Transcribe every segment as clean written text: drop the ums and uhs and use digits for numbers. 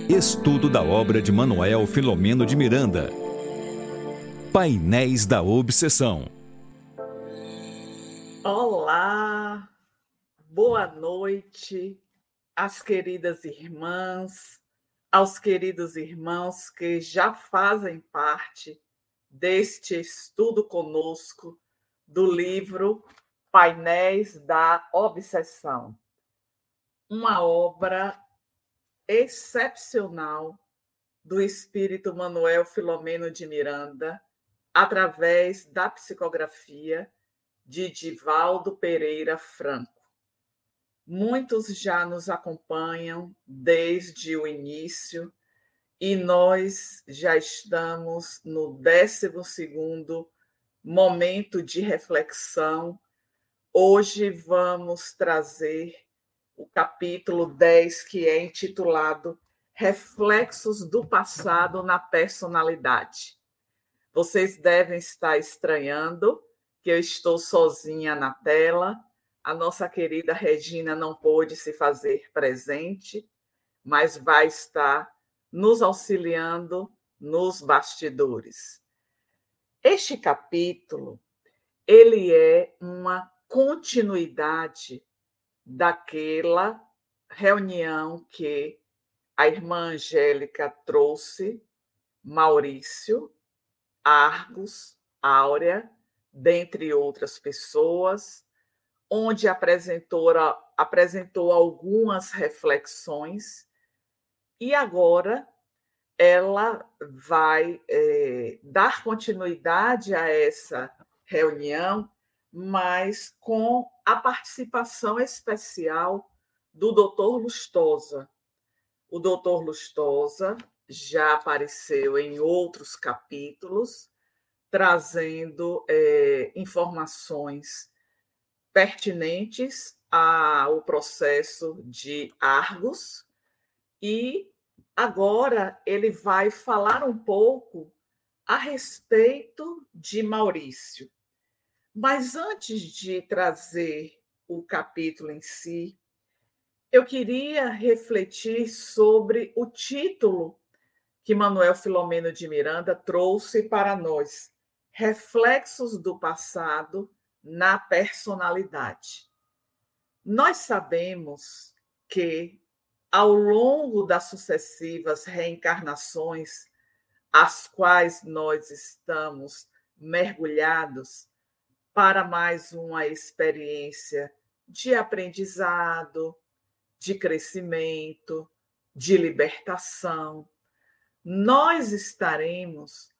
Estudo da obra de Manuel Filomeno de Miranda. Painéis da Obsessão. Olá, boa noite às queridas irmãs, aos queridos irmãos que já fazem parte deste estudo conosco do livro Painéis da Obsessão. Uma obra excepcional do espírito Manuel Filomeno de Miranda, através da psicografia de Divaldo Pereira Franco. Muitos já nos acompanham desde o início e nós já estamos no 12º momento de reflexão. Hoje vamos trazer o capítulo 10, que é intitulado Reflexos do Passado na Personalidade. Vocês devem estar estranhando que eu estou sozinha na tela. A nossa querida Regina não pôde se fazer presente, mas vai estar nos auxiliando nos bastidores. Este capítulo, ele é uma continuidade daquela reunião que a irmã Angélica trouxe Maurício, Argos, Áurea, dentre outras pessoas, onde apresentou algumas reflexões, e agora ela vai dar continuidade a essa reunião, mas com a participação especial do Dr. Lustosa. O Dr. Lustosa já apareceu em outros capítulos, trazendo informações pertinentes ao processo de Argos, e agora ele vai falar um pouco a respeito de Maurício. Mas antes de trazer o capítulo em si, eu queria refletir sobre o título que Manuel Filomeno de Miranda trouxe para nós: Reflexos do Passado na Personalidade. Nós sabemos que, ao longo das sucessivas reencarnações, às quais nós estamos mergulhados, para mais uma experiência de aprendizado, de crescimento, de libertação, nós estaremos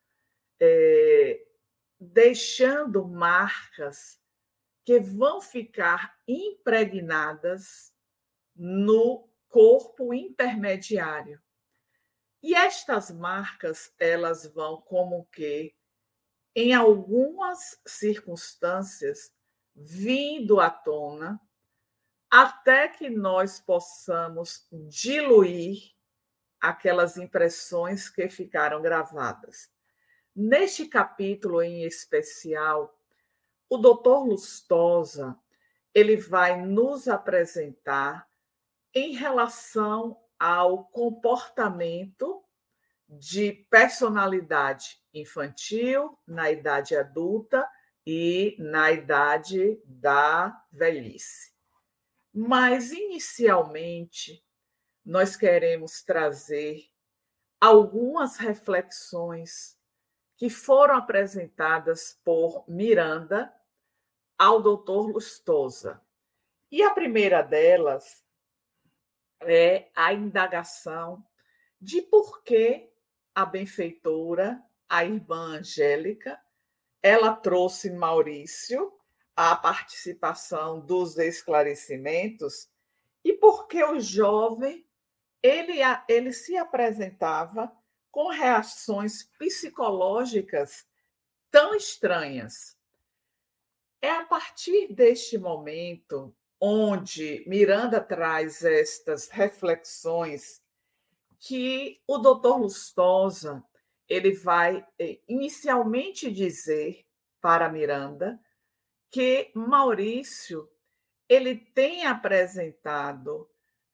deixando marcas que vão ficar impregnadas no corpo intermediário. E estas marcas, elas vão como que, em algumas circunstâncias, vindo à tona, até que nós possamos diluir aquelas impressões que ficaram gravadas. Neste capítulo em especial, o Dr. Lustosa, ele vai nos apresentar em relação ao comportamento de personalidade infantil, na idade adulta e na idade da velhice. Mas, inicialmente, nós queremos trazer algumas reflexões que foram apresentadas por Miranda ao Dr. Lustosa. E a primeira delas é a indagação de por que a benfeitora, a irmã Angélica, ela trouxe Maurício à participação dos esclarecimentos e por que o jovem ele se apresentava com reações psicológicas tão estranhas. É a partir deste momento onde Miranda traz estas reflexões que o Dr. Lustosa ele vai inicialmente dizer para Miranda que Maurício ele tem apresentado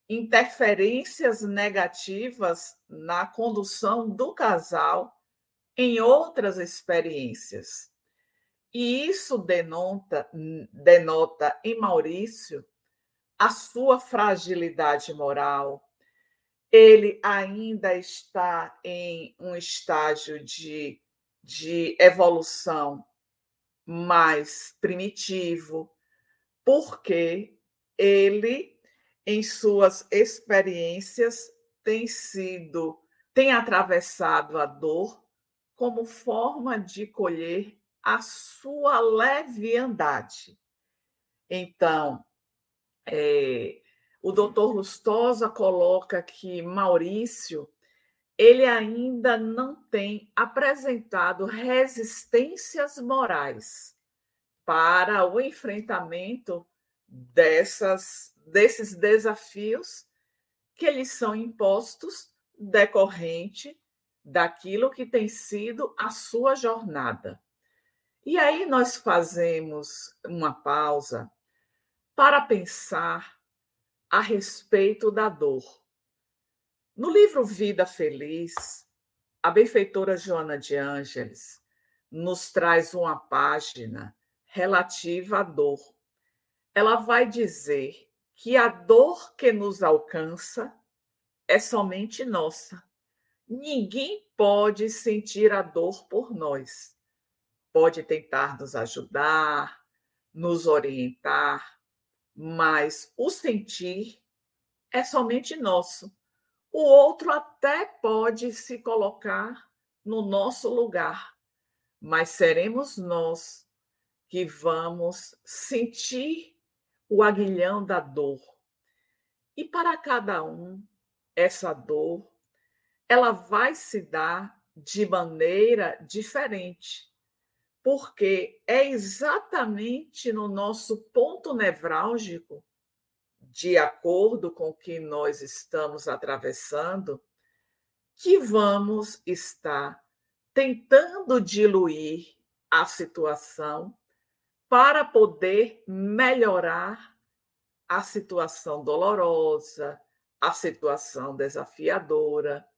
interferências negativas na condução do casal em outras experiências. E isso denota em Maurício a sua fragilidade moral. Ele ainda está em um estágio de evolução mais primitivo, porque ele, em suas experiências, tem atravessado a dor como forma de colher a sua leviandade. Então, o doutor Lustosa coloca que Maurício ele ainda não tem apresentado resistências morais para o enfrentamento desses desafios que lhes são impostos decorrente daquilo que tem sido a sua jornada. E aí nós fazemos uma pausa para pensar a respeito da dor. No livro Vida Feliz, a benfeitora Joana de Ângeles nos traz uma página relativa à dor. Ela vai dizer que a dor que nos alcança é somente nossa. Ninguém pode sentir a dor por nós. Pode tentar nos ajudar, nos orientar, mas o sentir é somente nosso. O outro até pode se colocar no nosso lugar, mas seremos nós que vamos sentir o aguilhão da dor. E para cada um, essa dor, ela vai se dar de maneira diferente, porque é exatamente no nosso ponto nevrálgico, de acordo com o que nós estamos atravessando, que vamos estar tentando diluir a situação para poder melhorar a situação dolorosa, a situação desafiadora.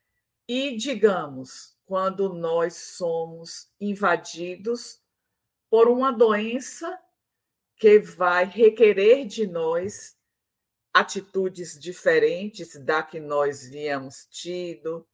E, digamos, quando nós somos invadidos por uma doença que vai requerer de nós atitudes diferentes da que nós víamos tido,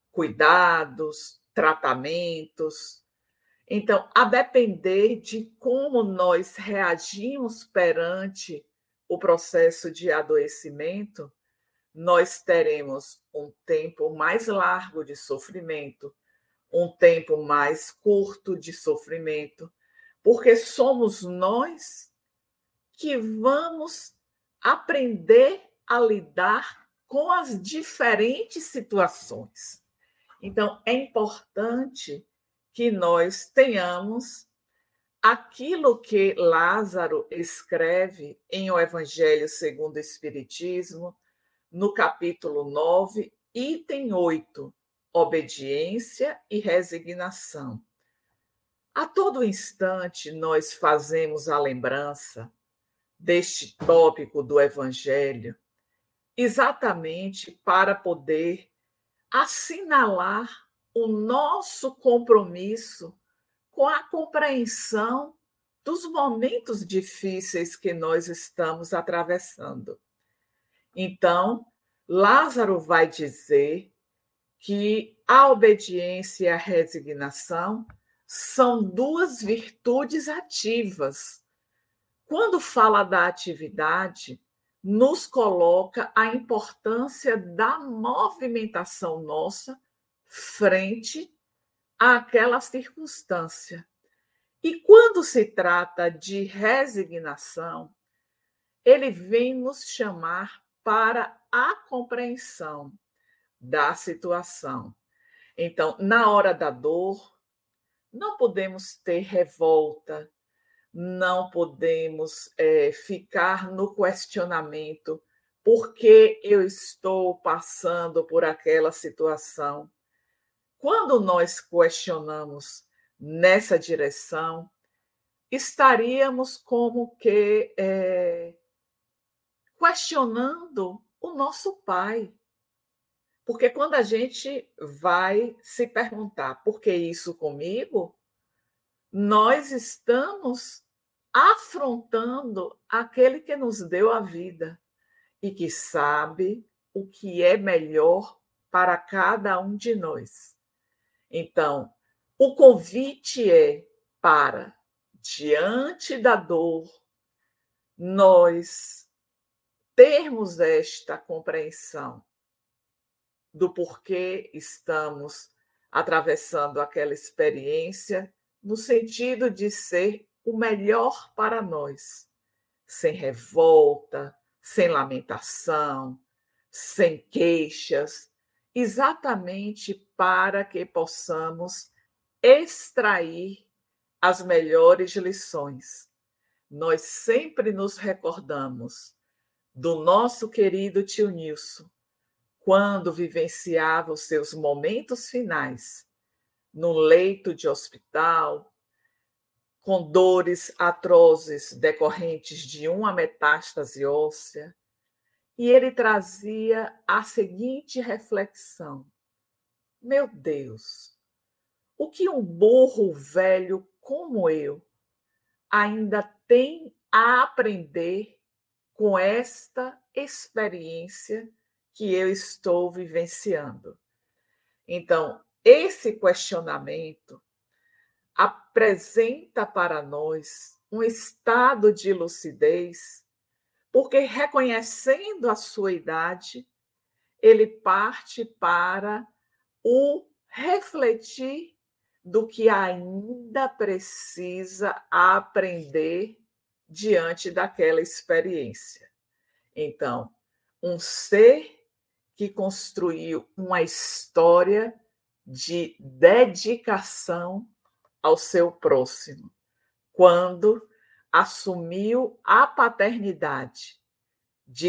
cuidados, tratamentos. Então, a depender de como nós reagimos perante o processo de adoecimento, nós teremos um tempo mais largo de sofrimento, um tempo mais curto de sofrimento, porque somos nós que vamos aprender a lidar com as diferentes situações. Então, é importante que nós tenhamos aquilo que Lázaro escreve em O Evangelho segundo o Espiritismo, no capítulo 9, item 8, obediência e resignação. A todo instante, nós fazemos a lembrança deste tópico do Evangelho, exatamente para poder assinalar o nosso compromisso com a compreensão dos momentos difíceis que nós estamos atravessando. Então, Lázaro vai dizer que a obediência e a resignação são duas virtudes ativas. Quando fala da atividade, nos coloca a importância da movimentação nossa frente àquela circunstância. E quando se trata de resignação, ele vem nos chamar para a compreensão da situação. Então, na hora da dor, não podemos ter revolta, não podemos ficar no questionamento por que eu estou passando por aquela situação. Quando nós questionamos nessa direção, estaríamos como que questionando o nosso Pai. Porque quando a gente vai se perguntar por que isso comigo, nós estamos afrontando aquele que nos deu a vida e que sabe o que é melhor para cada um de nós. Então, o convite é para, diante da dor, nós termos esta compreensão do porquê estamos atravessando aquela experiência, no sentido de ser o melhor para nós, sem revolta, sem lamentação, sem queixas, exatamente para que possamos extrair as melhores lições. Nós sempre nos recordamos do nosso querido tio Nilson, quando vivenciava os seus momentos finais no leito de hospital, com dores atrozes decorrentes de uma metástase óssea, e ele trazia a seguinte reflexão: meu Deus, o que um burro velho como eu ainda tem a aprender com esta experiência que eu estou vivenciando? Então, esse questionamento apresenta para nós um estado de lucidez, porque, reconhecendo a sua idade, ele parte para o refletir do que ainda precisa aprender diante daquela experiência. Então, um ser que construiu uma história de dedicação ao seu próximo, quando assumiu a paternidade de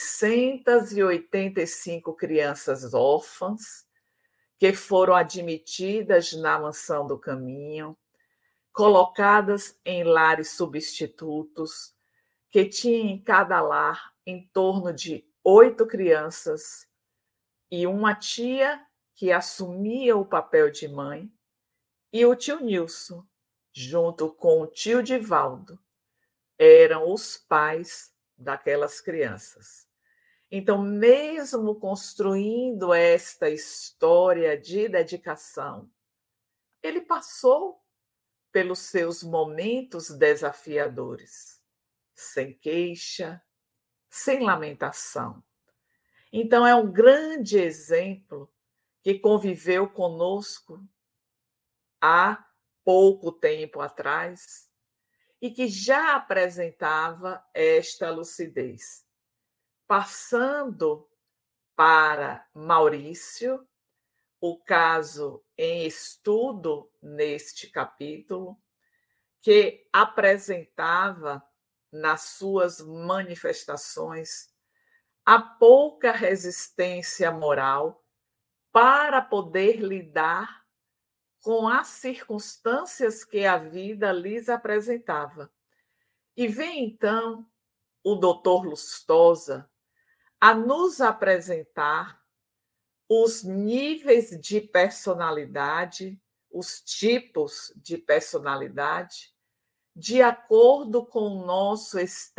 685 crianças órfãs que foram admitidas na Mansão do Caminho, colocadas em lares substitutos, que tinham em cada lar em torno de 8 crianças e uma tia que assumia o papel de mãe, e o tio Nilson, junto com o tio Divaldo, eram os pais daquelas crianças. Então, mesmo construindo esta história de dedicação, ele passou pelos seus momentos desafiadores, sem queixa, sem lamentação. Então, é um grande exemplo que conviveu conosco há pouco tempo atrás e que já apresentava esta lucidez. Passando para Maurício, o caso em estudo neste capítulo, que apresentava nas suas manifestações a pouca resistência moral para poder lidar com as circunstâncias que a vida lhes apresentava. E vem, então, o doutor Lustosa a nos apresentar os níveis de personalidade, os tipos de personalidade, de acordo com o nosso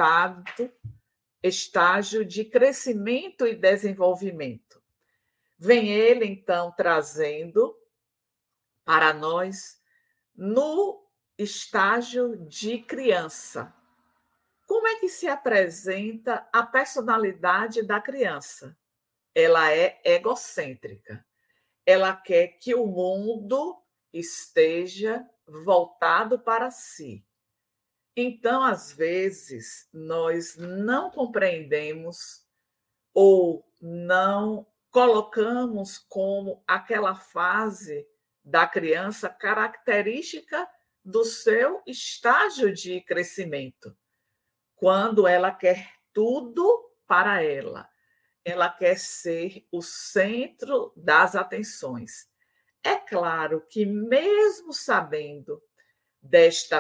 estágio de crescimento e desenvolvimento. Vem ele, então, trazendo para nós no estágio de criança. Como é que se apresenta a personalidade da criança? Ela é egocêntrica. Ela quer que o mundo esteja voltado para si. Então, às vezes, nós não compreendemos ou não colocamos como aquela fase da criança característica do seu estágio de crescimento, quando ela quer tudo para ela. Ela quer ser o centro das atenções. É claro que, mesmo sabendo desta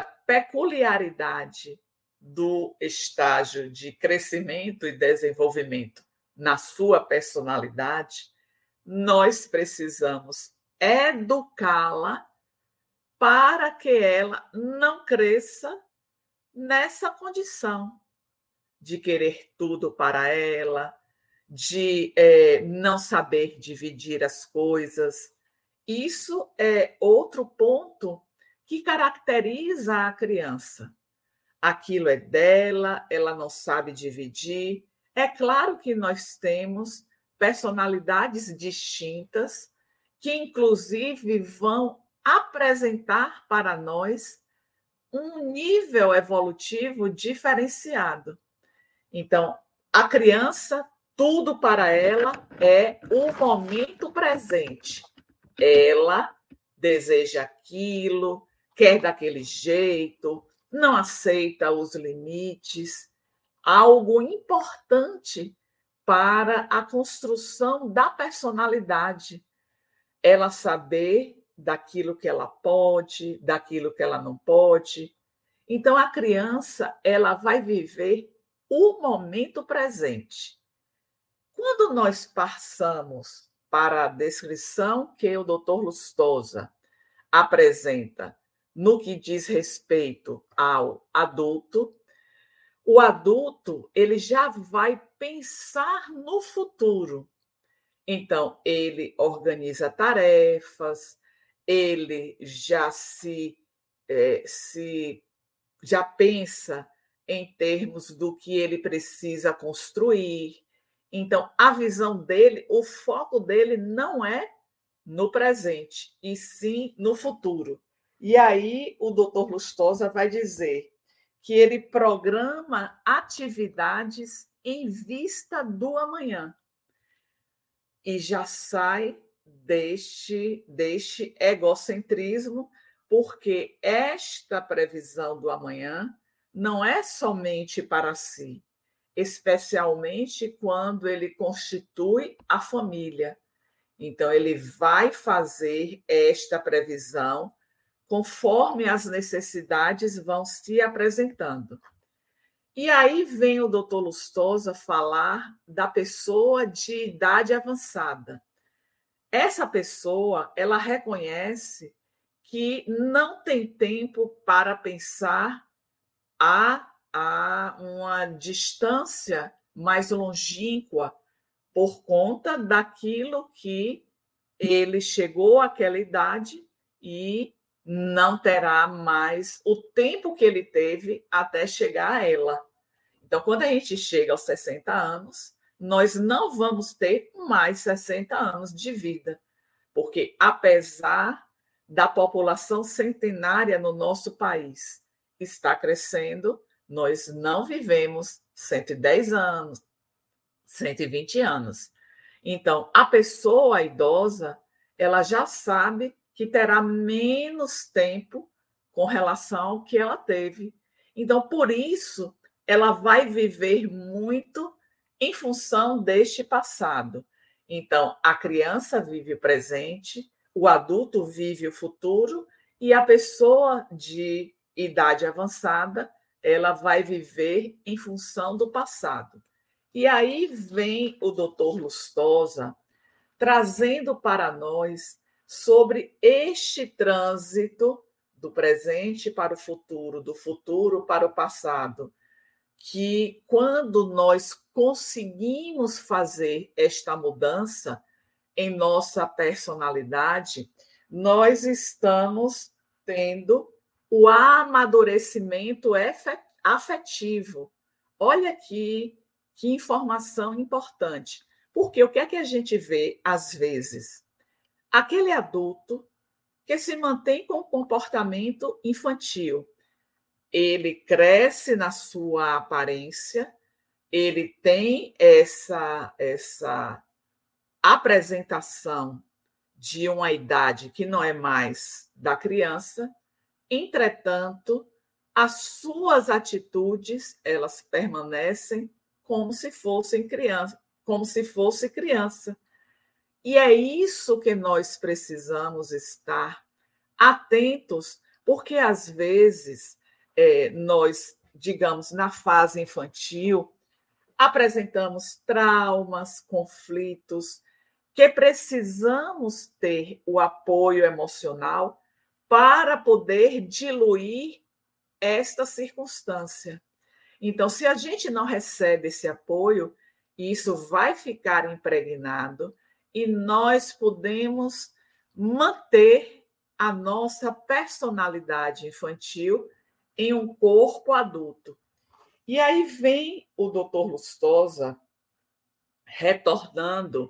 peculiaridade do estágio de crescimento e desenvolvimento na sua personalidade, nós precisamos educá-la para que ela não cresça nessa condição de querer tudo para ela, de não saber dividir as coisas. Isso é outro ponto que caracteriza a criança. Aquilo é dela, ela não sabe dividir. É claro que nós temos personalidades distintas, que inclusive vão apresentar para nós um nível evolutivo diferenciado. Então, a criança, tudo para ela é o momento presente. Ela deseja aquilo, quer daquele jeito, não aceita os limites. Algo importante para a construção da personalidade. Ela saber daquilo que ela pode, daquilo que ela não pode. Então, a criança, ela vai viver o momento presente. Quando nós passamos para a descrição que o Dr. Lustosa apresenta no que diz respeito ao adulto, o adulto ele já vai pensar no futuro. Então, ele organiza tarefas, ele já já pensa em termos do que ele precisa construir. Então, a visão dele, o foco dele não é no presente, e sim no futuro. E aí o doutor Lustosa vai dizer que ele programa atividades em vista do amanhã e já sai deste egocentrismo, porque esta previsão do amanhã não é somente para si, especialmente quando ele constitui a família. Então, ele vai fazer esta previsão conforme as necessidades vão se apresentando. E aí vem o doutor Lustosa falar da pessoa de idade avançada. Essa pessoa, ela reconhece que não tem tempo para pensar a uma distância mais longínqua por conta daquilo que ele chegou àquela idade e não terá mais o tempo que ele teve até chegar a ela. Então, quando a gente chega aos 60 anos, nós não vamos ter mais 60 anos de vida, porque apesar da população centenária no nosso país estar crescendo, nós não vivemos 110 anos, 120 anos. Então, a pessoa idosa, ela já sabe que terá menos tempo com relação ao que ela teve. Então, por isso, ela vai viver muito em função deste passado. Então, a criança vive o presente, o adulto vive o futuro e a pessoa de idade avançada, ela vai viver em função do passado. E aí vem o doutor Lustosa trazendo para nós sobre este trânsito do presente para o futuro, do futuro para o passado, que quando nós conseguimos fazer esta mudança em nossa personalidade, nós estamos tendo o amadurecimento afetivo. Olha aqui que informação importante. Porque o que é que a gente vê às vezes? Aquele adulto que se mantém com comportamento infantil. Ele cresce na sua aparência, ele tem essa apresentação de uma idade que não é mais da criança, entretanto, as suas atitudes, elas permanecem como se fossem criança, como se fosse criança. E é isso que nós precisamos estar atentos, porque às vezes nós, digamos, na fase infantil, apresentamos traumas, conflitos, que precisamos ter o apoio emocional para poder diluir esta circunstância. Então, se a gente não recebe esse apoio, isso vai ficar impregnado e nós podemos manter a nossa personalidade infantil em um corpo adulto. E aí vem o Dr. Lustosa retornando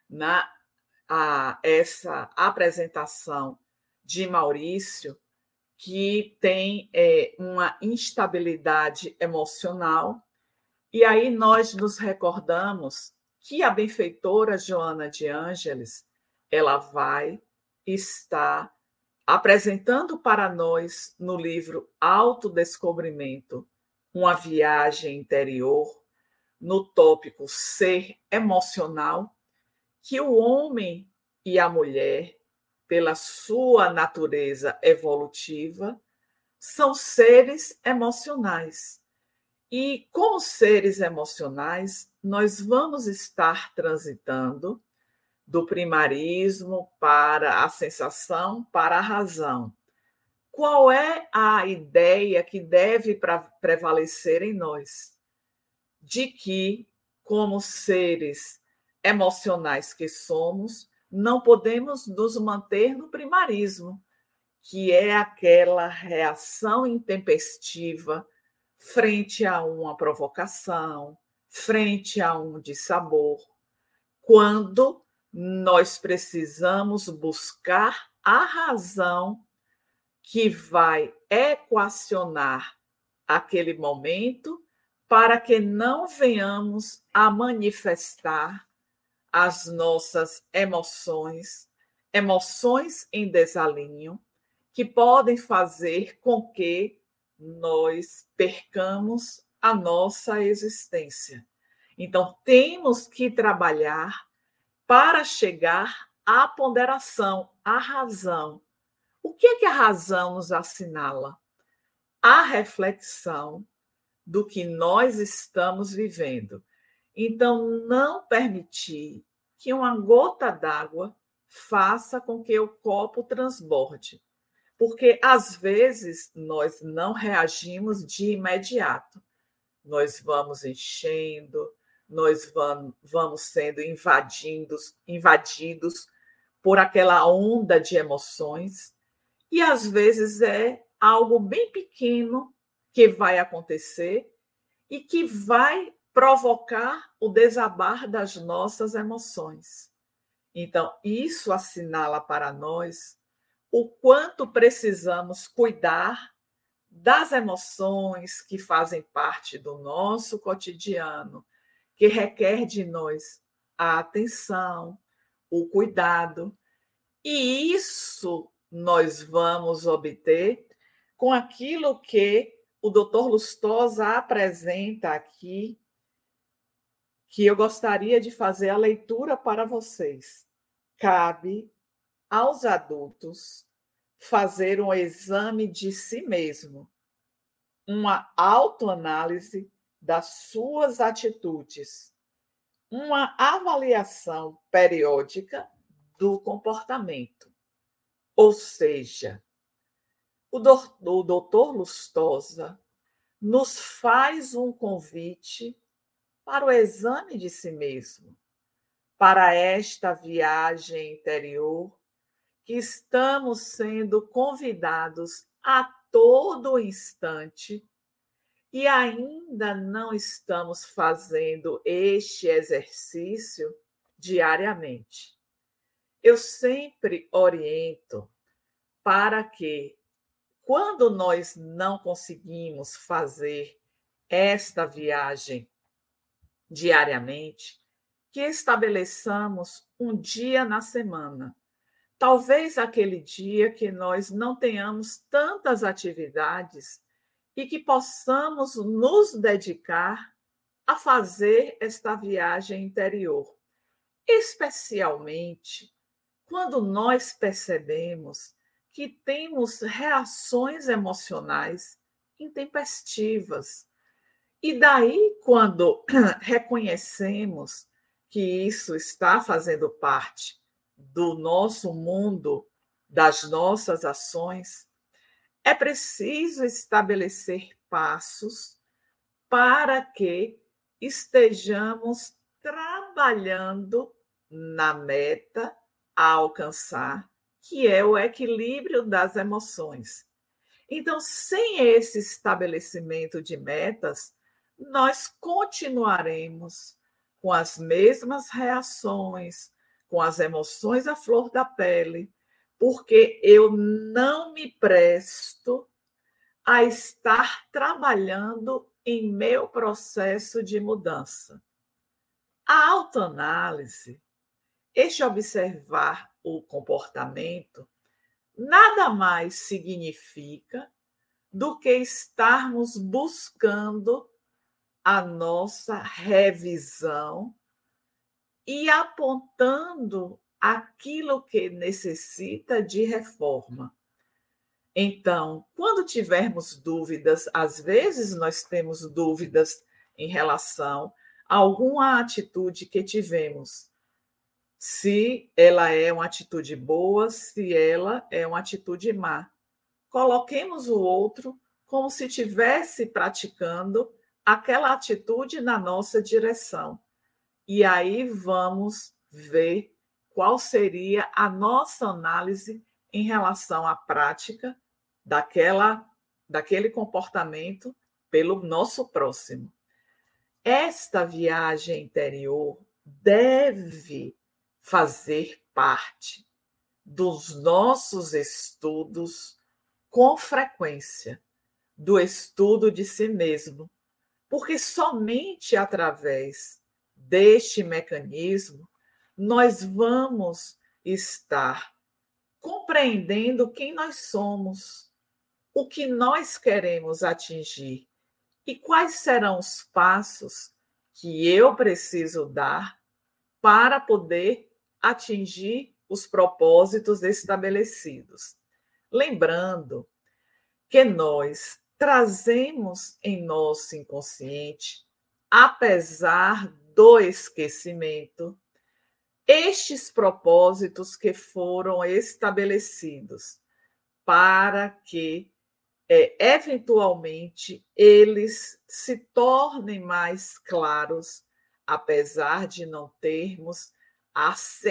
a essa apresentação de Maurício, que tem uma instabilidade emocional. E aí nós nos recordamos que a benfeitora Joana de Ângeles, ela vai estar apresentando para nós no livro Autodescobrimento, uma viagem interior, no tópico ser emocional, que o homem e a mulher, pela sua natureza evolutiva, são seres emocionais. E, como seres emocionais, nós vamos estar transitando do primarismo para a sensação, para a razão. Qual é a ideia que deve prevalecer em nós? De que, como seres emocionais que somos, não podemos nos manter no primarismo, que é aquela reação intempestiva frente a uma provocação, frente a um dissabor, quando nós precisamos buscar a razão que vai equacionar aquele momento para que não venhamos a manifestar as nossas emoções, emoções em desalinho, que podem fazer com que nós percamos a nossa existência. Então, temos que trabalhar para chegar à ponderação, à razão. O que é que a razão nos assinala? A reflexão do que nós estamos vivendo. Então, não permitir que uma gota d'água faça com que o copo transborde. Porque, às vezes, nós não reagimos de imediato. Nós vamos enchendo, nós vamos sendo invadidos por aquela onda de emoções. E, às vezes, é algo bem pequeno que vai acontecer e que vai provocar o desabar das nossas emoções. Então, isso assinala para nós o quanto precisamos cuidar das emoções que fazem parte do nosso cotidiano, que requer de nós a atenção, o cuidado. E isso nós vamos obter com aquilo que o Dr. Lustosa apresenta aqui, que eu gostaria de fazer a leitura para vocês. Cabe aos adultos fazer um exame de si mesmo, uma autoanálise das suas atitudes, uma avaliação periódica do comportamento. Ou seja, o doutor Lustosa nos faz um convite para o exame de si mesmo, para esta viagem interior que estamos sendo convidados a todo instante e ainda não estamos fazendo este exercício diariamente. Eu sempre oriento para que, quando nós não conseguimos fazer esta viagem diariamente, que estabeleçamos um dia na semana. Talvez aquele dia que nós não tenhamos tantas atividades e que possamos nos dedicar a fazer esta viagem interior, especialmente quando nós percebemos que temos reações emocionais intempestivas. E daí, quando reconhecemos que isso está fazendo parte do nosso mundo, das nossas ações, é preciso estabelecer passos para que estejamos trabalhando na meta a alcançar, que é o equilíbrio das emoções. Então, sem esse estabelecimento de metas, nós continuaremos com as mesmas reações, com as emoções à flor da pele, porque eu não me presto a estar trabalhando em meu processo de mudança. A autoanálise, este observar o comportamento, nada mais significa do que estarmos buscando a nossa revisão e apontando aquilo que necessita de reforma. Então, quando tivermos dúvidas, às vezes nós temos dúvidas em relação a alguma atitude que tivemos, se ela é uma atitude boa, se ela é uma atitude má. Coloquemos o outro como se estivesse praticando aquela atitude na nossa direção. E aí vamos ver qual seria a nossa análise em relação à prática daquele comportamento pelo nosso próximo. Esta viagem interior deve fazer parte dos nossos estudos com frequência, do estudo de si mesmo, porque somente através deste mecanismo nós vamos estar compreendendo quem nós somos, o que nós queremos atingir e quais serão os passos que eu preciso dar para poder atingir os propósitos estabelecidos. Lembrando que nós trazemos em nosso inconsciente, apesar do esquecimento, estes propósitos que foram estabelecidos para que, eventualmente, eles se tornem mais claros, apesar de não termos a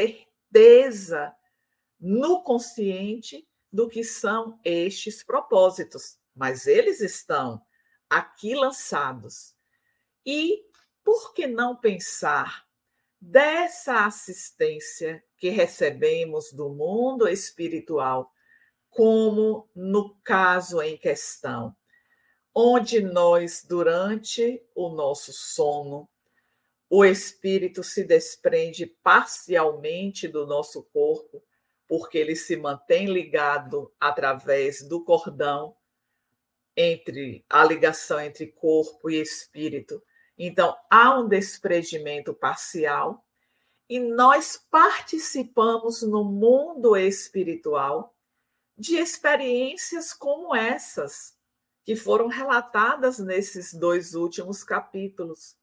certeza no consciente do que são estes propósitos, mas eles estão aqui lançados. E por que não pensar dessa assistência que recebemos do mundo espiritual, como no caso em questão, onde nós, durante o nosso sono, o espírito se desprende parcialmente do nosso corpo, porque ele se mantém ligado através do cordão entre a ligação entre corpo e espírito. Então, há um desprendimento parcial e nós participamos no mundo espiritual de experiências como essas, que foram relatadas nesses 2 últimos capítulos,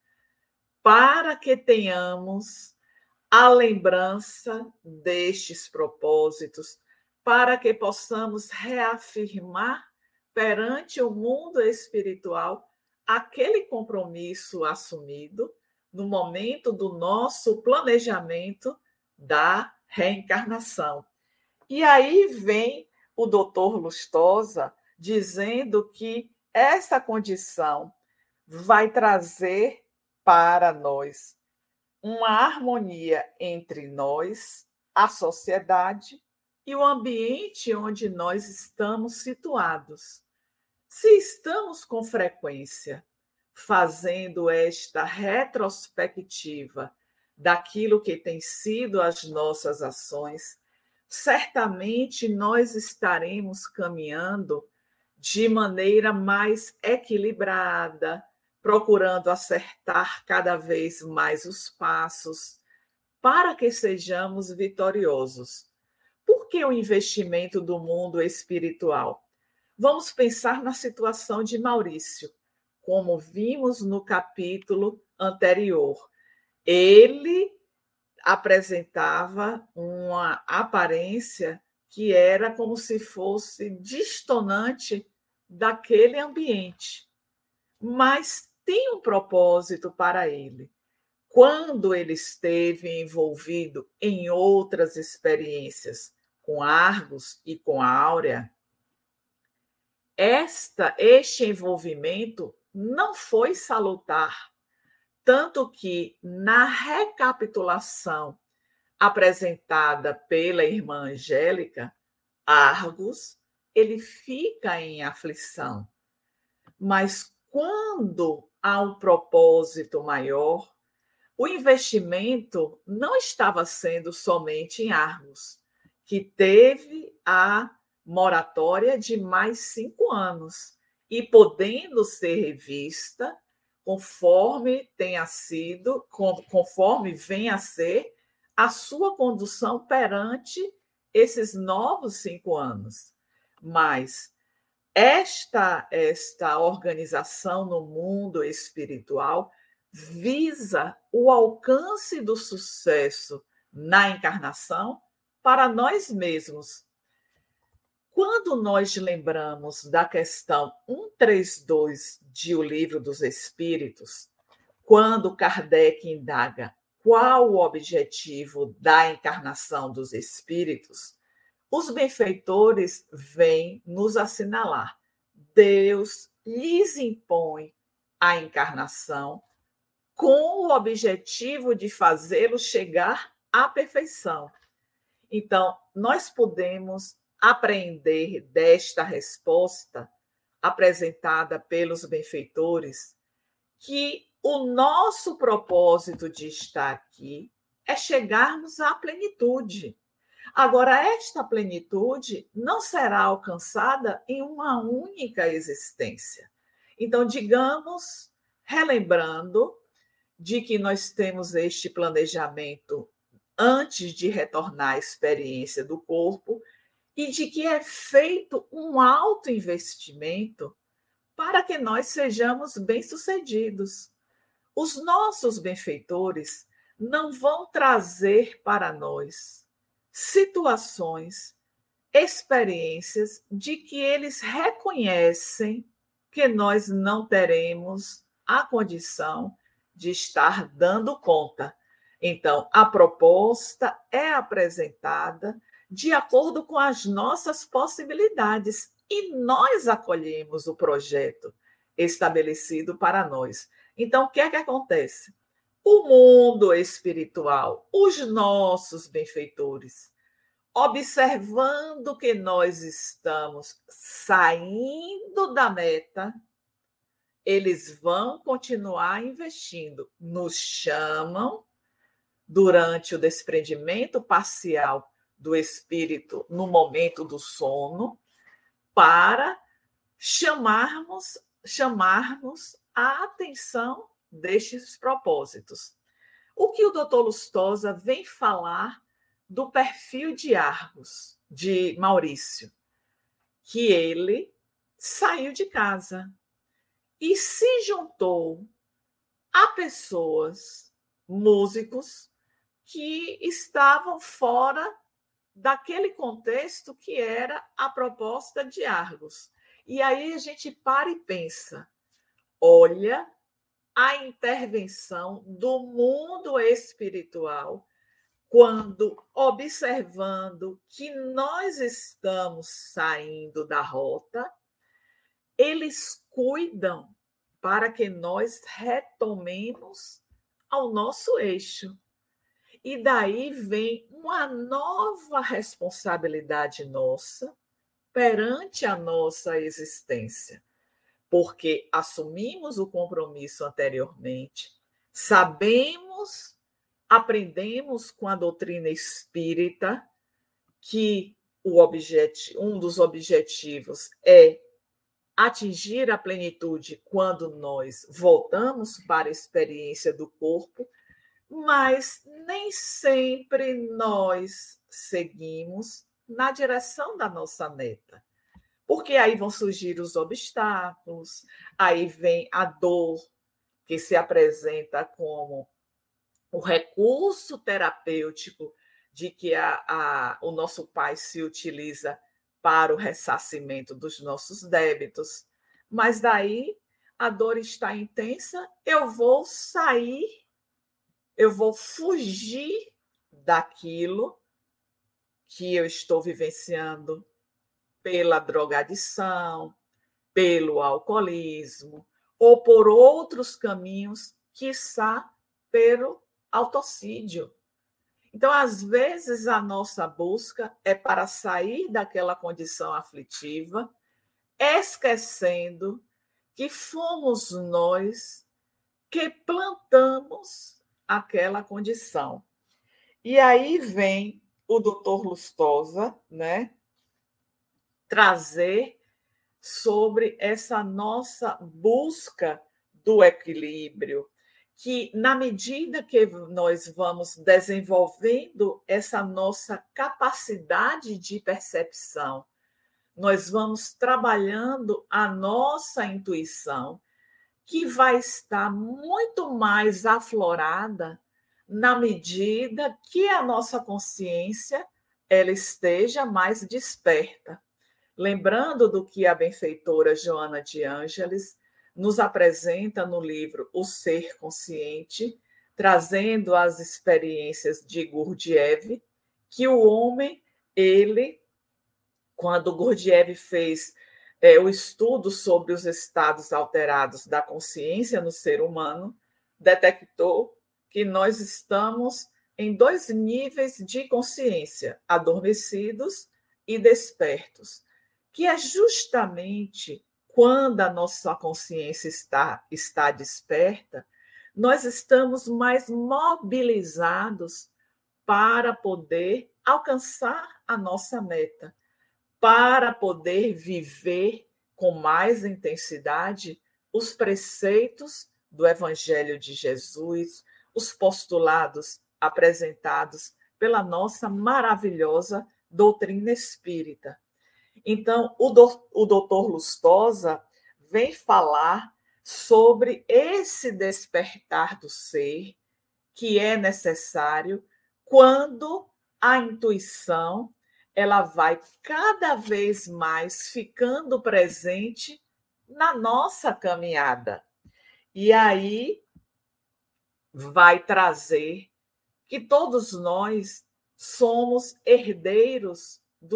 para que tenhamos a lembrança destes propósitos, para que possamos reafirmar perante o mundo espiritual aquele compromisso assumido no momento do nosso planejamento da reencarnação. E aí vem o doutor Lustosa dizendo que essa condição vai trazer para nós uma harmonia entre nós, a sociedade e o ambiente onde nós estamos situados. Se estamos com frequência fazendo esta retrospectiva daquilo que tem sido as nossas ações, certamente nós estaremos caminhando de maneira mais equilibrada, procurando acertar cada vez mais os passos para que sejamos vitoriosos. Por que o investimento do mundo espiritual? Vamos pensar na situação de Maurício. como vimos no capítulo anterior. Ele apresentava uma aparência que era como se fosse distonante daquele ambiente, mas tem um propósito para ele. Quando ele esteve envolvido em outras experiências com Argos e com Áurea, este envolvimento não foi salutar, tanto que na recapitulação apresentada pela irmã Angélica, Argos, ele fica em aflição. Mas quando há um propósito maior, o investimento não estava sendo somente em Argos, que teve a moratória de mais 5 anos e podendo ser revista conforme tenha sido, conforme venha a ser a sua condução perante esses novos 5 anos. Mas esta organização no mundo espiritual visa o alcance do sucesso na encarnação para nós mesmos. Quando nós lembramos da questão 132 de O Livro dos Espíritos, quando Kardec indaga qual o objetivo da encarnação dos espíritos, os benfeitores vêm nos assinalar. Deus lhes impõe a encarnação com o objetivo de fazê-los chegar à perfeição. Então, nós podemos aprender desta resposta apresentada pelos benfeitores que o nosso propósito de estar aqui é chegarmos à plenitude. Agora, esta plenitude não será alcançada em uma única existência. Então, digamos, relembrando de que nós temos este planejamento antes de retornar à experiência do corpo e de que é feito um alto investimento para que nós sejamos bem-sucedidos. Os nossos benfeitores não vão trazer para nós situações, experiências de que eles reconhecem que nós não teremos a condição de estar dando conta. Então, a proposta é apresentada de acordo com as nossas possibilidades e nós acolhemos o projeto estabelecido para nós. Então, o que é que acontece? O mundo espiritual, os nossos benfeitores, observando que nós estamos saindo da meta, eles vão continuar investindo. Nos chamam durante o desprendimento parcial do espírito no momento do sono para chamarmos a atenção destes propósitos. O que o doutor Lustosa vem falar do perfil de Argos, de Maurício, que ele saiu de casa e se juntou a pessoas, músicos, que estavam fora daquele contexto que era a proposta de Argos. E aí a gente para e pensa, olha a intervenção do mundo espiritual quando, observando que nós estamos saindo da rota, eles cuidam para que nós retomemos ao nosso eixo. E daí vem uma nova responsabilidade nossa perante a nossa existência, porque assumimos o compromisso anteriormente, sabemos, aprendemos com a doutrina espírita que um dos objetivos é atingir a plenitude quando nós voltamos para a experiência do corpo, mas nem sempre nós seguimos na direção da nossa meta. Porque aí vão surgir os obstáculos, aí vem a dor, que se apresenta como o recurso terapêutico de que o nosso pai se utiliza para o ressarcimento dos nossos débitos. Mas daí a dor está intensa, eu vou sair, eu vou fugir daquilo que eu estou vivenciando pela drogadição, pelo alcoolismo, ou por outros caminhos, quiçá pelo autocídio. Então, às vezes, a nossa busca é para sair daquela condição aflitiva, esquecendo que fomos nós que plantamos aquela condição. E aí vem o doutor Lustosa, né, trazer sobre essa nossa busca do equilíbrio, que na medida que nós vamos desenvolvendo essa nossa capacidade de percepção, nós vamos trabalhando a nossa intuição, que vai estar muito mais aflorada na medida que a nossa consciência ela esteja mais desperta. Lembrando do que a benfeitora Joana de Ângeles nos apresenta no livro O Ser Consciente, trazendo as experiências de Gurdjieff, que o homem, ele, quando Gurdjieff fez o estudo sobre os estados alterados da consciência no ser humano, detectou que nós estamos em 2 níveis de consciência, adormecidos e despertos, que é justamente quando a nossa consciência está desperta, nós estamos mais mobilizados para poder alcançar a nossa meta, para poder viver com mais intensidade os preceitos do Evangelho de Jesus, os postulados apresentados pela nossa maravilhosa doutrina espírita. Então, o doutor Lustosa vem falar sobre esse despertar do ser que é necessário quando a intuição ela vai cada vez mais ficando presente na nossa caminhada. E aí vai trazer que todos nós somos herdeiros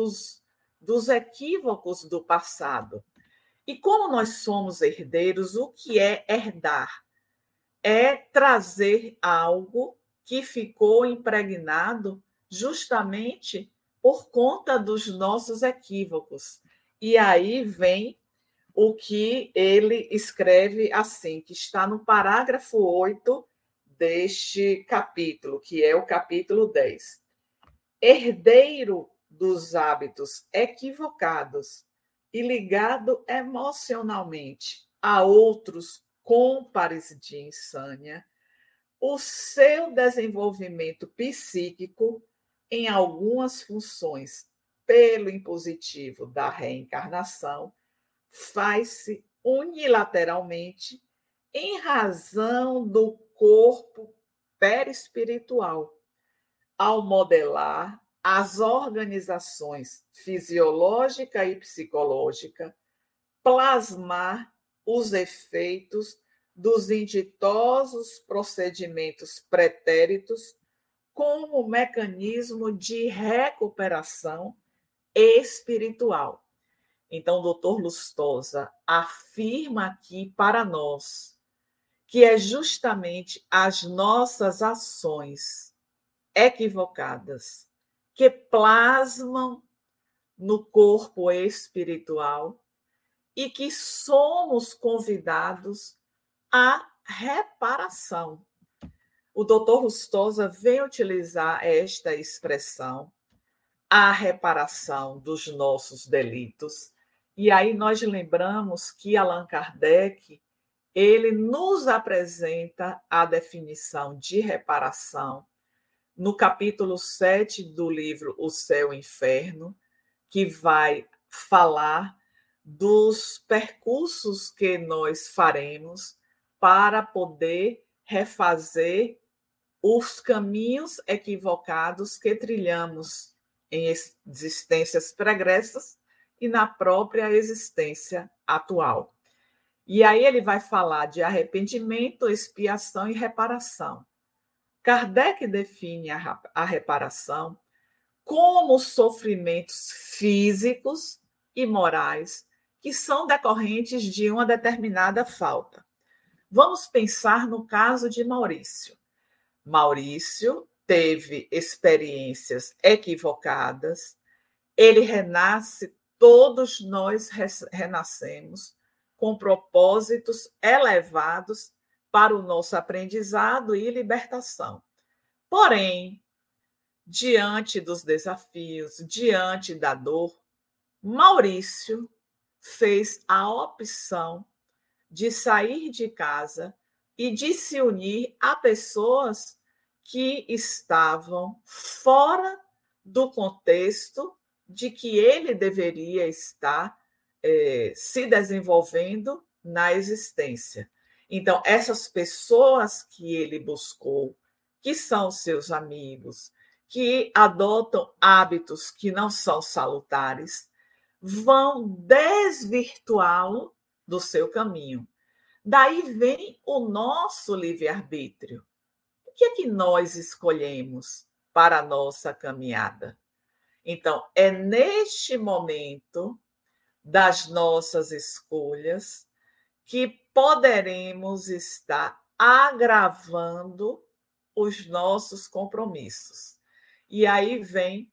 dos equívocos do passado. E como nós somos herdeiros, o que é herdar? É trazer algo que ficou impregnado justamente por conta dos nossos equívocos. E aí vem o que ele escreve assim, que está no parágrafo 8 deste capítulo, que é o capítulo 10. Herdeiro dos hábitos equivocados e ligado emocionalmente a outros cômpares de insânia, o seu desenvolvimento psíquico em algumas funções pelo impositivo da reencarnação faz-se unilateralmente em razão do corpo perispiritual, ao modelar as organizações fisiológica e psicológica, plasmar os efeitos dos inditosos procedimentos pretéritos como mecanismo de recuperação espiritual. Então, o doutor Lustosa afirma aqui para nós que é justamente as nossas ações equivocadas que plasmam no corpo espiritual e que somos convidados à reparação. O doutor Lustosa vem utilizar esta expressão, a reparação dos nossos delitos. E aí nós lembramos que Allan Kardec, ele nos apresenta a definição de reparação no capítulo 7 do livro O Céu e o Inferno, que vai falar dos percursos que nós faremos para poder refazer os caminhos equivocados que trilhamos em existências pregressas e na própria existência atual. E aí ele vai falar de arrependimento, expiação e reparação. Kardec define a reparação como sofrimentos físicos e morais que são decorrentes de uma determinada falta. Vamos pensar no caso de Maurício. Maurício teve experiências equivocadas, ele renasce, todos nós renascemos com propósitos elevados para o nosso aprendizado e libertação. Porém, diante dos desafios, diante da dor, Maurício fez a opção de sair de casa e de se unir a pessoas que estavam fora do contexto de que ele deveria estar se desenvolvendo na existência. Então, essas pessoas que ele buscou, que são seus amigos, que adotam hábitos que não são salutares, vão desvirtuá-lo do seu caminho. Daí vem o nosso livre-arbítrio. O que é que nós escolhemos para a nossa caminhada? Então, é neste momento das nossas escolhas que poderemos estar agravando os nossos compromissos. E aí vem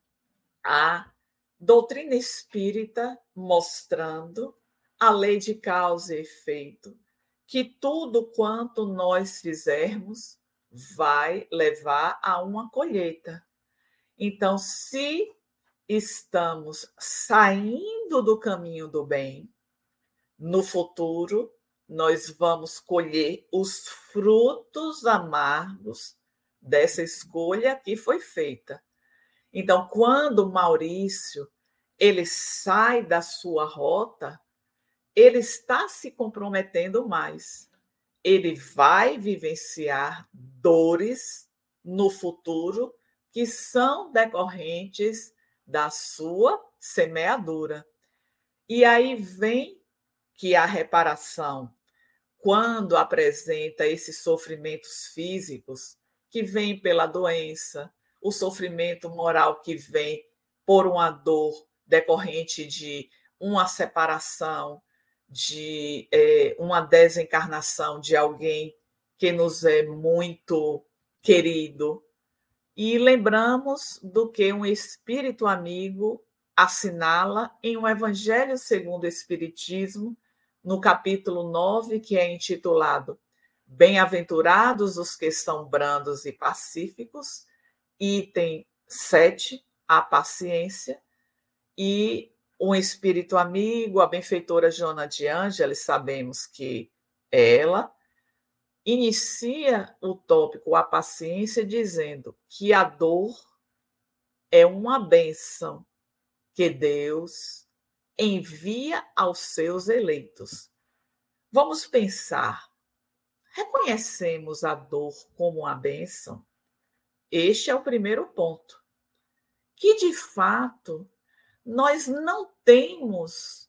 a doutrina espírita mostrando a lei de causa e efeito, que tudo quanto nós fizermos vai levar a uma colheita. Então, se estamos saindo do caminho do bem, no futuro nós vamos colher os frutos amargos dessa escolha que foi feita. Então, quando Maurício ele sai da sua rota, ele está se comprometendo mais. Ele vai vivenciar dores no futuro que são decorrentes da sua semeadura. E aí vem que a reparação, quando apresenta esses sofrimentos físicos que vêm pela doença, o sofrimento moral que vem por uma dor decorrente de uma separação, de uma desencarnação de alguém que nos é muito querido. E lembramos do que um espírito amigo assinala em um Evangelho segundo o Espiritismo, no capítulo 9, que é intitulado Bem-aventurados os que são brandos e pacíficos, item 7, a paciência, e um espírito amigo, a benfeitora Joana de Ângeles, sabemos que ela inicia o tópico A Paciência dizendo que a dor é uma bênção que Deus envia aos seus eleitos. Vamos pensar, reconhecemos a dor como uma bênção? Este é o primeiro ponto, que de fato nós não temos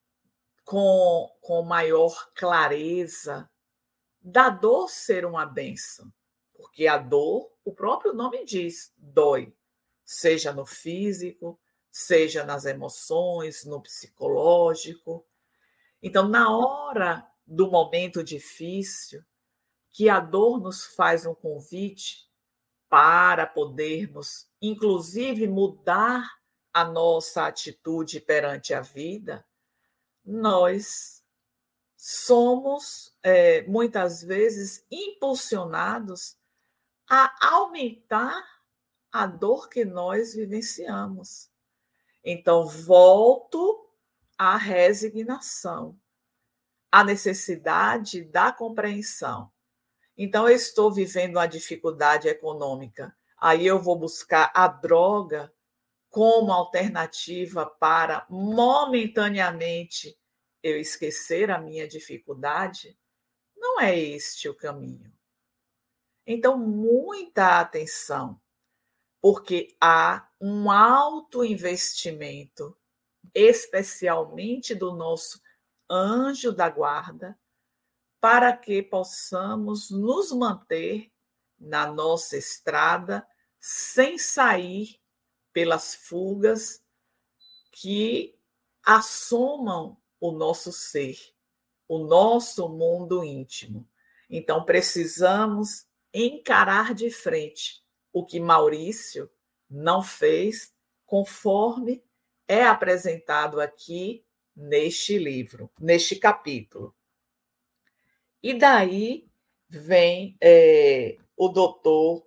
com maior clareza da dor ser uma bênção, porque a dor, o próprio nome diz, dói, seja no físico, seja nas emoções, no psicológico. Então, na hora do momento difícil, que a dor nos faz um convite para podermos, inclusive, mudar a nossa atitude perante a vida, nós somos, muitas vezes, impulsionados a aumentar a dor que nós vivenciamos. Então, volto à resignação, à necessidade da compreensão. Então, eu estou vivendo uma dificuldade econômica, aí eu vou buscar a droga como alternativa para momentaneamente eu esquecer a minha dificuldade, não é este o caminho. Então, muita atenção, porque há um alto investimento, especialmente do nosso anjo da guarda, para que possamos nos manter na nossa estrada sem sair pelas fugas que assomam o nosso ser, o nosso mundo íntimo. Então, precisamos encarar de frente o que Maurício não fez, conforme é apresentado aqui neste livro, neste capítulo. E daí vem o doutor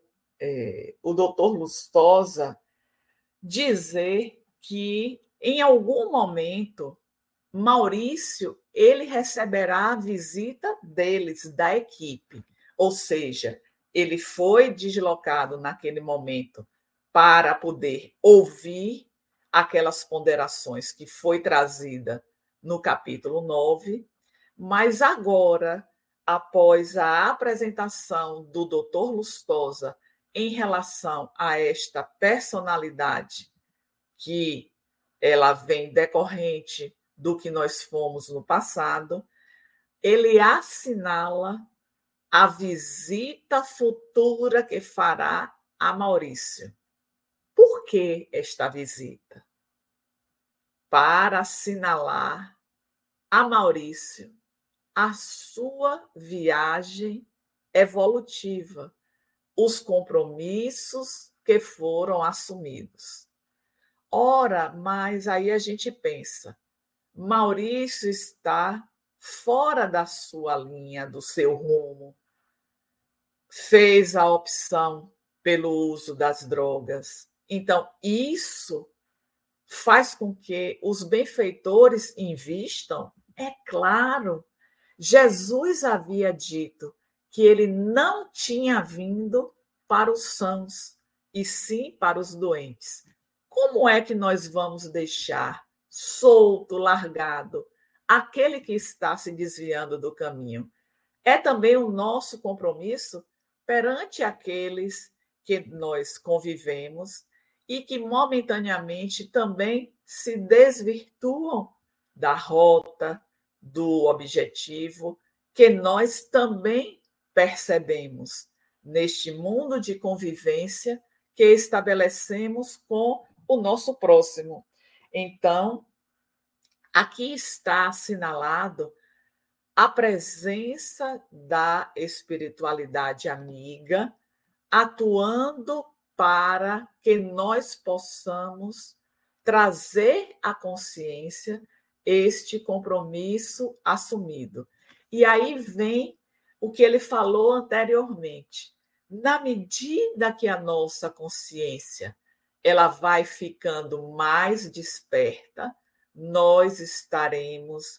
Lustosa dizer que, em algum momento, Maurício ele receberá a visita deles, da equipe. Ou seja, ele foi deslocado naquele momento para poder ouvir aquelas ponderações que foi trazida no capítulo 9, mas agora, após a apresentação do Dr. Lustosa em relação a esta personalidade que ela vem decorrente do que nós fomos no passado, ele assinala a visita futura que fará a Maurício. Por que esta visita? Para assinalar a Maurício a sua viagem evolutiva, os compromissos que foram assumidos. Ora, mas aí a gente pensa, Maurício está fora da sua linha, do seu rumo, fez a opção pelo uso das drogas. Então, isso faz com que os benfeitores invistam? É claro. Jesus havia dito que ele não tinha vindo para os sãos, e sim para os doentes. Como é que nós vamos deixar solto, largado, aquele que está se desviando do caminho? É também o nosso compromisso perante aqueles que nós convivemos e que momentaneamente também se desvirtuam da rota, do objetivo que nós também percebemos neste mundo de convivência que estabelecemos com o nosso próximo. Então, aqui está assinalado a presença da espiritualidade amiga atuando para que nós possamos trazer à consciência este compromisso assumido. E aí vem o que ele falou anteriormente. Na medida que a nossa consciência ela vai ficando mais desperta, nós estaremos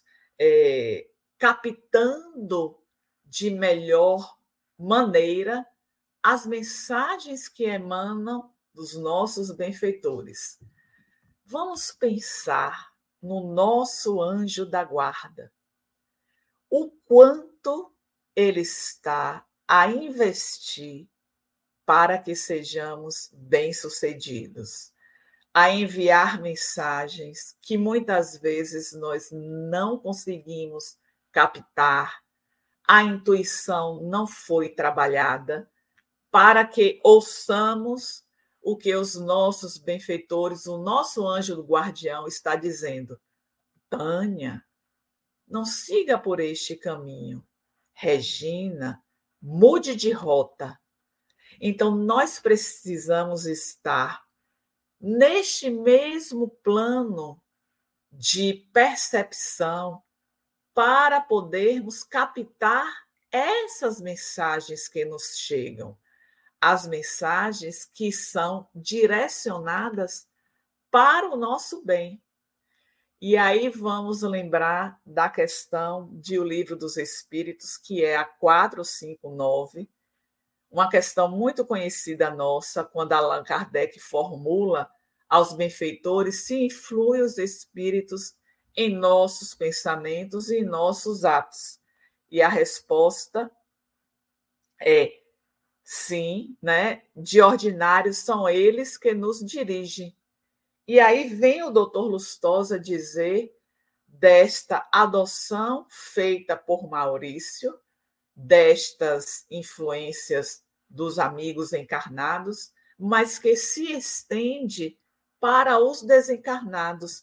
captando de melhor maneira as mensagens que emanam dos nossos benfeitores. Vamos pensar no nosso anjo da guarda. O quanto ele está a investir para que sejamos bem-sucedidos, a enviar mensagens que muitas vezes nós não conseguimos captar, a intuição não foi trabalhada, para que ouçamos o que os nossos benfeitores, o nosso anjo do guardião está dizendo. Tânia, não siga por este caminho. Regina, mude de rota. Então, nós precisamos estar neste mesmo plano de percepção para podermos captar essas mensagens que nos chegam, as mensagens que são direcionadas para o nosso bem. E aí vamos lembrar da questão de O Livro dos Espíritos, que é a 459, uma questão muito conhecida nossa, quando Allan Kardec formula aos benfeitores se influem os espíritos em nossos pensamentos e em nossos atos? E a resposta é sim, né? De ordinário são eles que nos dirigem. E aí vem o doutor Lustosa dizer desta adoção feita por Maurício, destas influências dos amigos encarnados, mas que se estende para os desencarnados,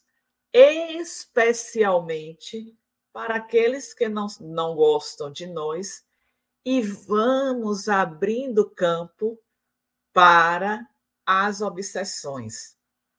especialmente para aqueles que não gostam de nós, e vamos abrindo campo para as obsessões.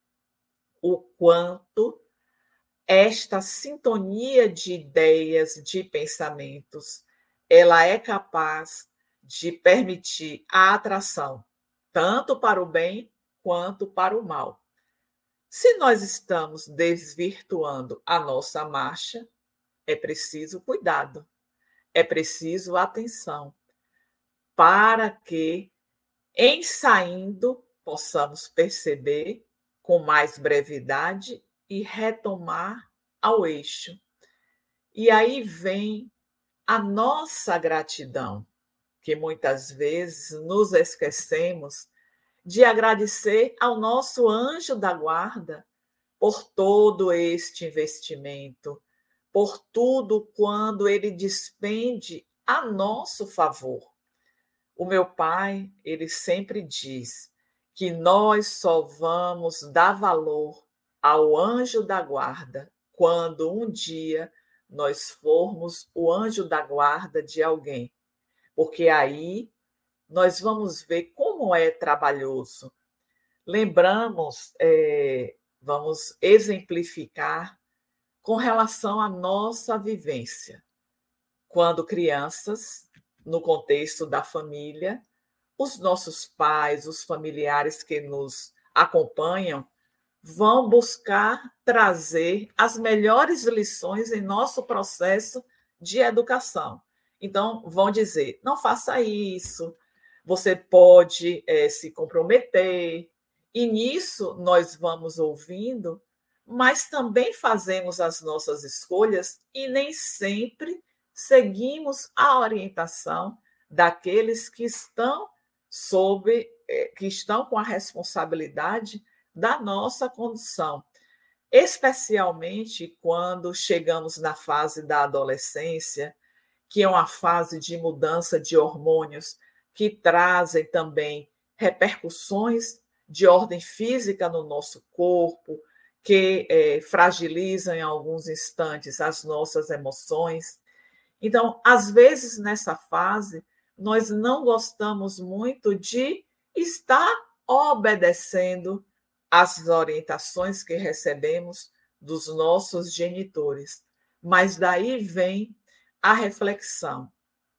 O quanto esta sintonia de ideias, de pensamentos, ela é capaz de permitir a atração, tanto para o bem quanto para o mal. Se nós estamos desvirtuando a nossa marcha, é preciso cuidado, é preciso atenção, para que, em saindo, possamos perceber com mais brevidade e retomar ao eixo. E aí vem a nossa gratidão, que muitas vezes nos esquecemos de agradecer ao nosso anjo da guarda por todo este investimento, por tudo quando ele despende a nosso favor. O meu pai, ele sempre diz que nós só vamos dar valor ao anjo da guarda quando um dia nós formos o anjo da guarda de alguém, porque aí nós vamos ver como é trabalhoso. Lembramos, vamos exemplificar com relação à nossa vivência. Quando crianças, no contexto da família, os nossos pais, os familiares que nos acompanham, vão buscar trazer as melhores lições em nosso processo de educação. Então, vão dizer, não faça isso, você pode se comprometer. E nisso nós vamos ouvindo, mas também fazemos as nossas escolhas e nem sempre seguimos a orientação daqueles que estão que estão com a responsabilidade da nossa condução, especialmente quando chegamos na fase da adolescência, que é uma fase de mudança de hormônios que trazem também repercussões de ordem física no nosso corpo, que fragilizam em alguns instantes as nossas emoções. Então, às vezes, nessa fase, nós não gostamos muito de estar obedecendo às orientações que recebemos dos nossos genitores. Mas daí vem a reflexão.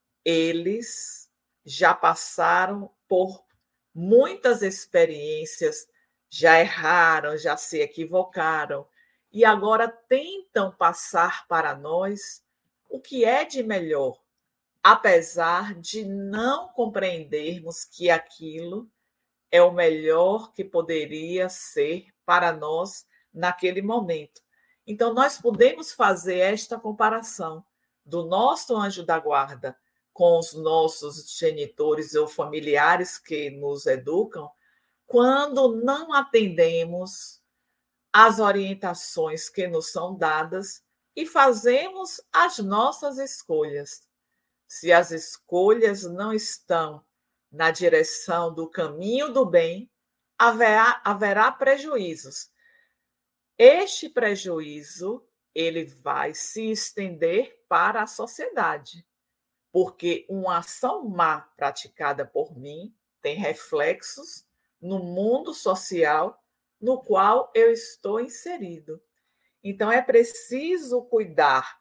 Eles já passaram por muitas experiências, já erraram, já se equivocaram, e agora tentam passar para nós o que é de melhor, apesar de não compreendermos que aquilo é o melhor que poderia ser para nós naquele momento. Então, nós podemos fazer esta comparação do nosso anjo da guarda com os nossos genitores ou familiares que nos educam, quando não atendemos às orientações que nos são dadas e fazemos as nossas escolhas. Se as escolhas não estão na direção do caminho do bem, haverá prejuízos. Este prejuízo ele vai se estender para a sociedade, porque uma ação má praticada por mim tem reflexos no mundo social no qual eu estou inserido. Então, é preciso cuidar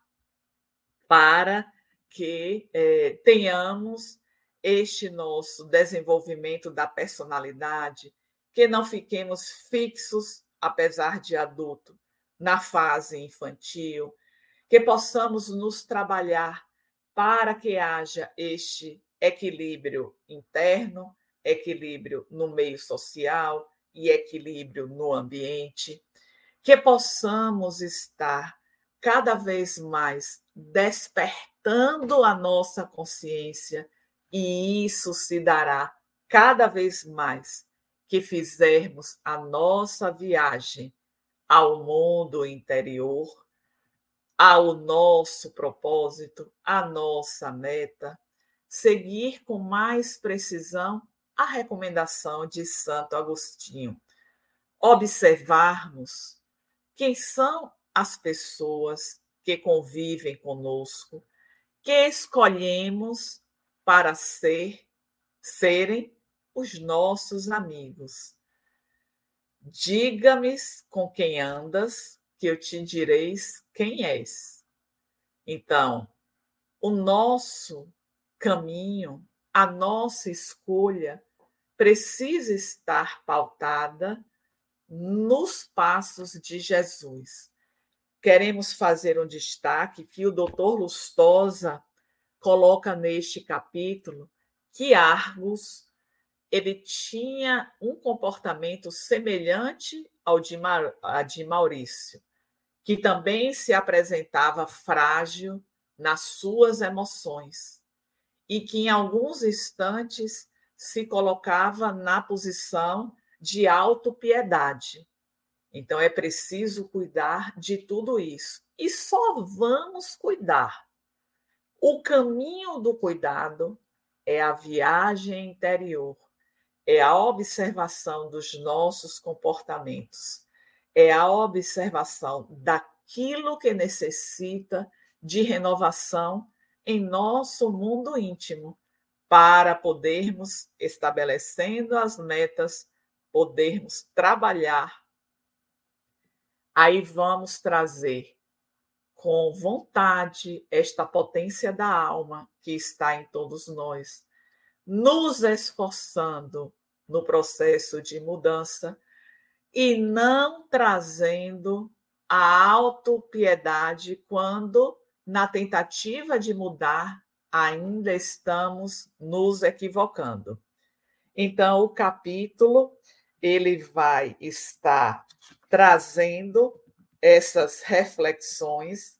para que tenhamos este nosso desenvolvimento da personalidade, que não fiquemos fixos, apesar de adulto, na fase infantil, que possamos nos trabalhar para que haja este equilíbrio interno, equilíbrio no meio social e equilíbrio no ambiente, que possamos estar cada vez mais despertando a nossa consciência, e isso se dará cada vez mais que fizermos a nossa viagem ao mundo interior, ao nosso propósito, à nossa meta, seguir com mais precisão a recomendação de Santo Agostinho, observarmos quem são as pessoas que convivem conosco, que escolhemos para serem os nossos amigos. Diga-me com quem andas, que eu te direis quem és. Então, o nosso caminho, a nossa escolha precisa estar pautada nos passos de Jesus. Queremos fazer um destaque que o Dr. Lustosa coloca neste capítulo que Argos ele tinha um comportamento semelhante ao de Maurício, que também se apresentava frágil nas suas emoções e que em alguns instantes se colocava na posição de autopiedade. Então é preciso cuidar de tudo isso. E só vamos cuidar. O caminho do cuidado é a viagem interior, é a observação dos nossos comportamentos, é a observação daquilo que necessita de renovação em nosso mundo íntimo, para podermos, estabelecendo as metas, podermos trabalhar. Aí vamos trazer com vontade esta potência da alma que está em todos nós, nos esforçando no processo de mudança e não trazendo a autopiedade quando, na tentativa de mudar, ainda estamos nos equivocando. Então, o capítulo ele vai estar trazendo essas reflexões.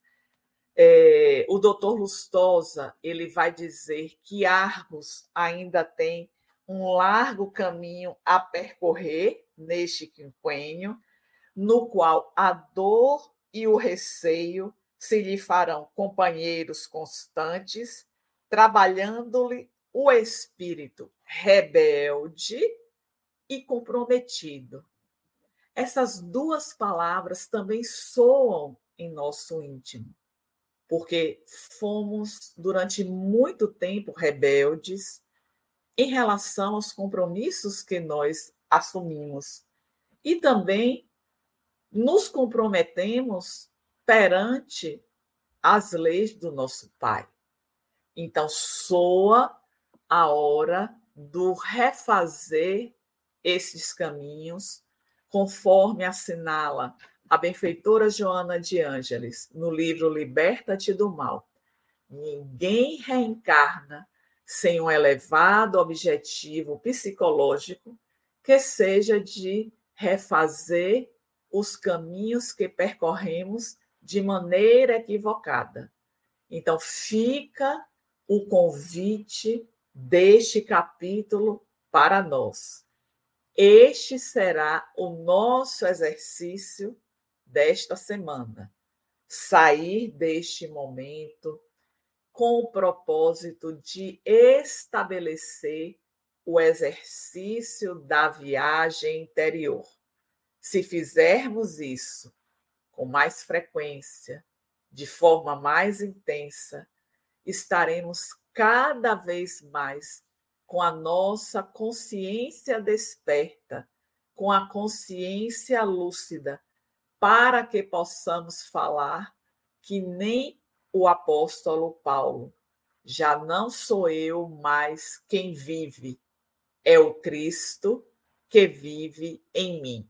O doutor Lustosa ele vai dizer que Argos ainda tem um largo caminho a percorrer neste quinquênio, no qual a dor e o receio se lhe farão companheiros constantes, trabalhando-lhe o espírito rebelde e comprometido. Essas duas palavras também soam em nosso íntimo, porque fomos, durante muito tempo, rebeldes em relação aos compromissos que nós assumimos. E também nos comprometemos perante as leis do nosso Pai. Então, soa a hora do refazer esses caminhos, conforme assinala a benfeitora Joana de Ângeles, no livro Liberta-te do Mal. Ninguém reencarna sem um elevado objetivo psicológico que seja de refazer os caminhos que percorremos de maneira equivocada. Então, fica o convite deste capítulo para nós. Este será o nosso exercício desta semana. Sair deste momento com o propósito de estabelecer o exercício da viagem interior. Se fizermos isso com mais frequência, de forma mais intensa, estaremos cada vez mais com a nossa consciência desperta, com a consciência lúcida, para que possamos falar que nem o apóstolo Paulo: já não sou eu mais quem vive, é o Cristo que vive em mim.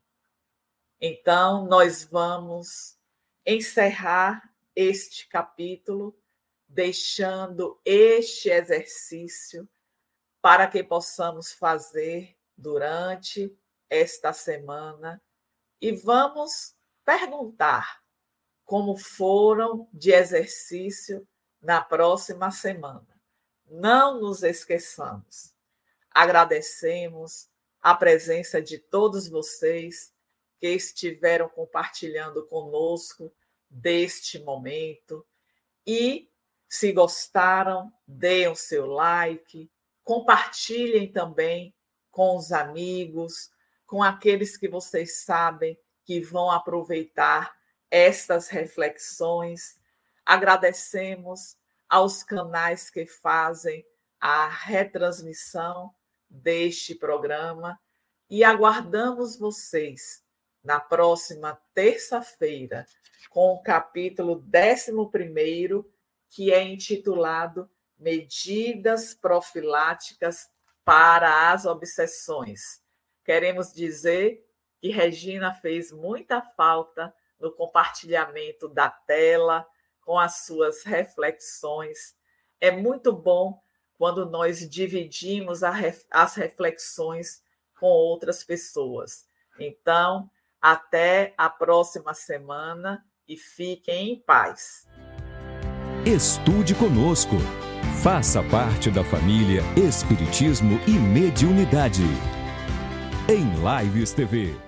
Então, nós vamos encerrar este capítulo deixando este exercício para que possamos fazer durante esta semana e vamos perguntar como foram de exercício na próxima semana. Não nos esqueçamos. Agradecemos a presença de todos vocês que estiveram compartilhando conosco deste momento e, se gostaram, deem o seu like, compartilhem também com os amigos, com aqueles que vocês sabem que vão aproveitar estas reflexões. Agradecemos aos canais que fazem a retransmissão deste programa e aguardamos vocês na próxima terça-feira com o capítulo 11º, que é intitulado Medidas Profiláticas para as Obsessões. Queremos dizer que Regina fez muita falta no compartilhamento da tela, com as suas reflexões. É muito bom quando nós dividimos as reflexões com outras pessoas. Então, até a próxima semana e fiquem em paz. Estude conosco. Faça parte da família Espiritismo e Mediunidade. Em Lives TV.